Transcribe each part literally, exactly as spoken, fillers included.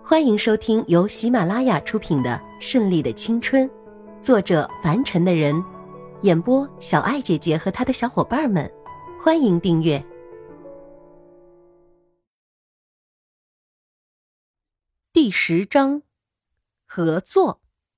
欢迎收听由喜马拉雅出品的《顺利的青春》，作者凡尘的人，演播小爱姐姐和她的小伙伴们。欢迎订阅。第十章，合作。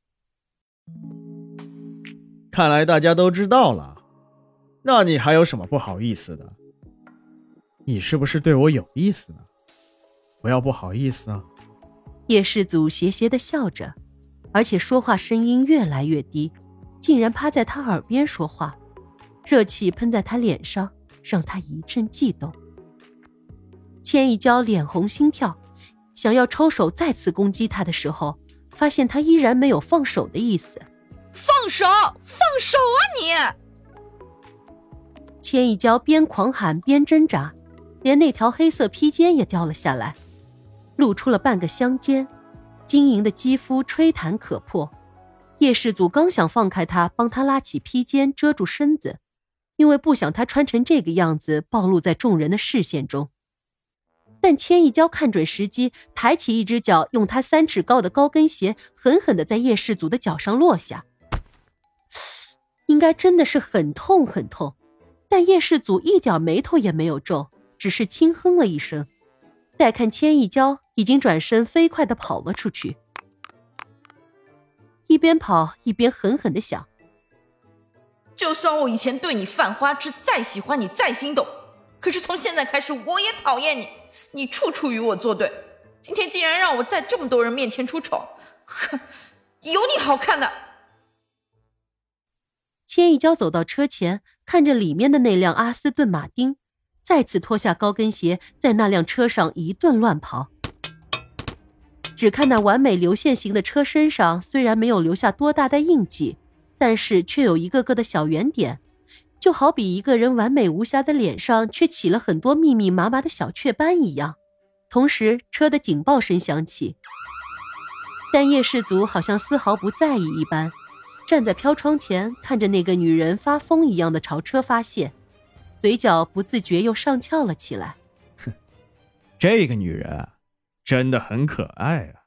看来大家都知道了，那你还有什么不好意思的？你是不是对我有意思呢？不要不好意思啊。 叶世祖斜斜地笑着，而且说话声音越来越低，竟然趴在他耳边说话，热气喷在他脸上，让他一阵悸动。千一娇脸红心跳，想要抽手再次攻击他的时候，发现他依然没有放手的意思。 放手，放手啊你！ 千一娇边狂喊边挣扎，连那条黑色披肩也掉了下来，露出了半个香肩，晶莹的肌肤吹弹可破。叶世祖刚想放开他，帮他拉起披肩遮住身子，因为不想他穿成这个样子暴露在众人的视线中。但千一娇看准时机，抬起一只脚，用他三尺高的高跟鞋狠狠地在叶世祖的脚上落下。应该真的是很痛很痛，但叶世祖一点眉头也没有皱，只是轻哼了一声。待看千一娇已经转身飞快地跑了出去，一边跑一边狠狠地想， 就算我以前对你犯花痴，再喜欢你再心动，可是从现在开始我也讨厌你，你处处与我作对，今天竟然让我在这么多人面前出丑，哼，有你好看的。 千一娇走到车前，看着里面的那辆阿斯顿马丁，再次脱下高跟鞋，在那辆车上一顿乱跑。只看那完美流线型的车身上，虽然没有留下多大的印记，但是却有一个个的小圆点，就好比一个人完美无瑕的脸上却起了很多密密麻麻的小雀斑一样。同时车的警报声响起，但叶世祖好像丝毫不在意一般，站在飘窗前，看着那个女人发疯一样的朝车发泄，嘴角不自觉又上翘了起来。 哼，这个女人真的很可爱啊。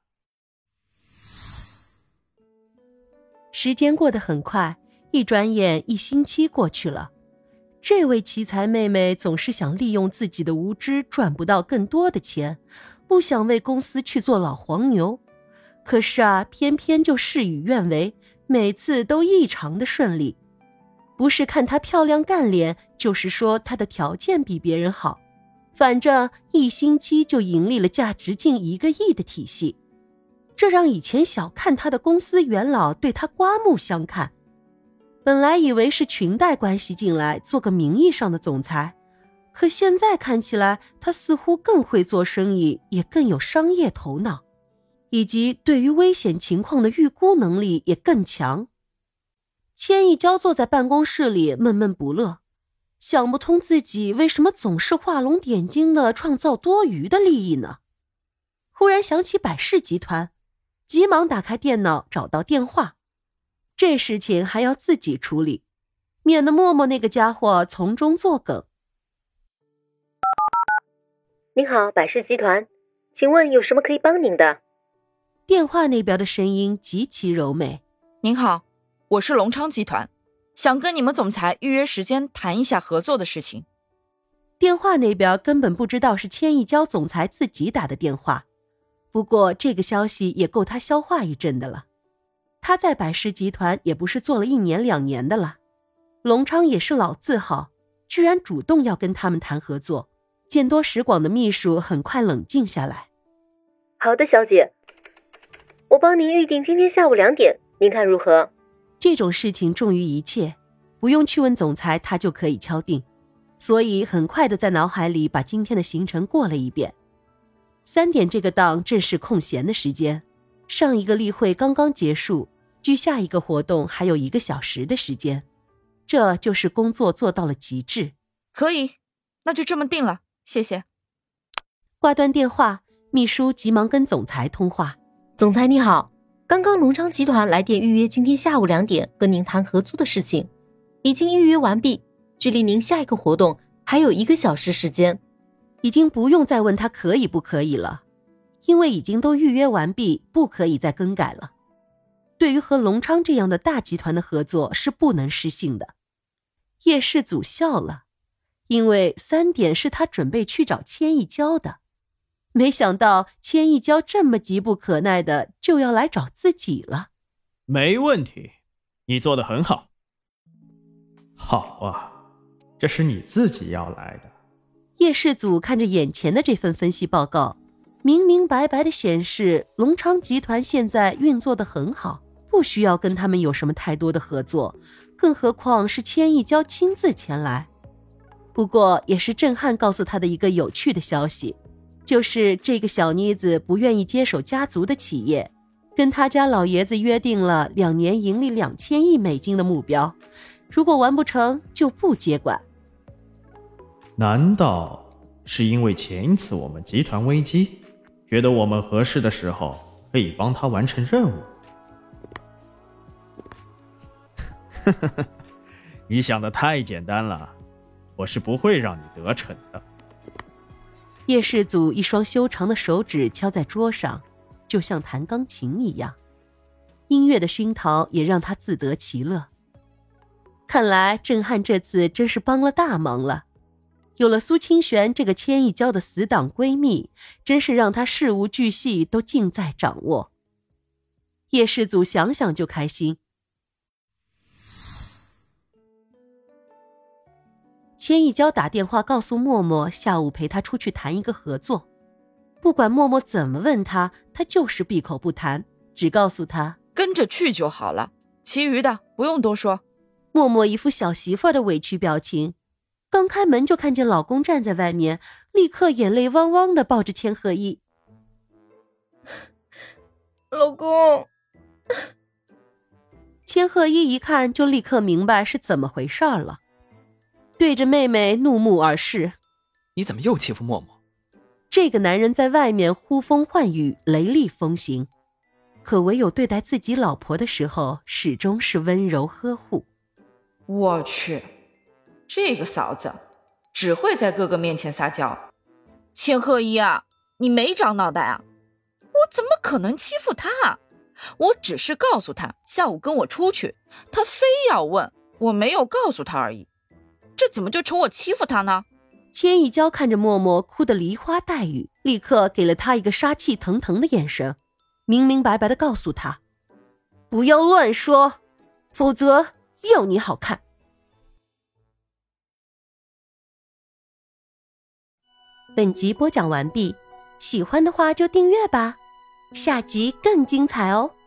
时间过得很快，一转眼一星期过去了。这位奇才妹妹总是想利用自己的无知赚不到更多的钱，不想为公司去做老黄牛。可是啊，偏偏就事与愿违，每次都异常的顺利。不是看她漂亮干练，就是说她的条件比别人好，反正一星期就盈利了价值近一个亿的体系。这让以前小看她的公司元老对她刮目相看。本来以为是裙带关系进来做个名义上的总裁，可现在看起来她似乎更会做生意，也更有商业头脑，以及对于危险情况的预估能力也更强。千一娇坐在办公室里闷闷不乐，想不通自己为什么总是画龙点睛地创造多余的利益呢？忽然想起百世集团，急忙打开电脑找到电话，这事情还要自己处理，免得默默那个家伙从中作梗。 您好，百世集团，请问有什么可以帮您的？ 电话那边的声音极其柔美。 您好，我是隆昌集团，想跟你们总裁预约时间谈一下合作的事情。 电话那边根本不知道是千一娇总裁自己打的电话，不过这个消息也够他消化一阵的了。他在百世集团也不是做了一年两年的了，隆昌也是老字号，居然主动要跟他们谈合作。见多识广的秘书很快冷静下来。 好的，小姐，我帮您预定今天下午两点，您看如何？ 这种事情重于一切，不用去问总裁，他就可以敲定，所以很快的在脑海里把今天的行程过了一遍。三点这个档正是空闲的时间，上一个例会刚刚结束，距下一个活动还有一个小时的时间，这就是工作做到了极致。 可以，那就这么定了，谢谢。 挂断电话，秘书急忙跟总裁通话。 总裁你好，刚刚隆昌集团来电预约今天下午两点跟您谈合作的事情，已经预约完毕，距离您下一个活动还有一个小时时间。 已经不用再问他可以不可以了， 因为已经都预约完毕，不可以再更改了。对于和隆昌这样的大集团的合作是不能失信的。叶世祖笑了，因为三点是他准备去找千亿娇的，没想到千亿娇这么急不可耐的就要来找自己了。 没问题，你做得很好。好啊，这是你自己要来的。 叶世祖看着眼前的这份分析报告，明明白白地显示隆昌集团现在运作得很好，不需要跟他们有什么太多的合作，更何况是千亿娇亲自前来。不过也是震撼告诉他的一个有趣的消息，就是这个小妮子不愿意接手家族的企业，跟他家老爷子约定了两年盈利两千亿美金的目标，如果完不成就不接管。 难道是因为前一次我们集团危机，觉得我们合适的时候可以帮他完成任务？你想的太简单了，我是不会让你得逞的。 叶世祖一双修长的手指敲在桌上，就像弹钢琴一样，音乐的熏陶也让他自得其乐。看来震撼这次真是帮了大忙了，有了苏清玄这个千亿娇的死党闺蜜，真是让他事无巨细都尽在掌握。叶世祖想想就开心。千亿娇打电话告诉默默下午陪他出去谈一个合作，不管默默怎么问他，他就是闭口不谈，只告诉他跟着去就好了，其余的不用多说。 默默一副小媳妇的委屈表情，刚开门就看见老公站在外面，立刻眼泪汪汪的抱着千鹤一。 老公。 千鹤一一看就立刻明白是怎么回事了，对着妹妹怒目而视。 你怎么又欺负默默？ 这个男人在外面呼风唤雨，雷厉风行，可唯有对待自己老婆的时候始终是温柔呵护。 我去，这个嫂子只会在哥哥面前撒娇。千鹤一啊，你没长脑袋啊？我怎么可能欺负他啊？我只是告诉他下午跟我出去，他非要问，我没有告诉他而已，这怎么就成我欺负他呢？ 千亿娇看着默默哭得梨花带雨，立刻给了他一个杀气腾腾的眼神，明明白白地告诉他，不要乱说，否则要你好看。本集播讲完毕，喜欢的话就订阅吧，下集更精彩哦。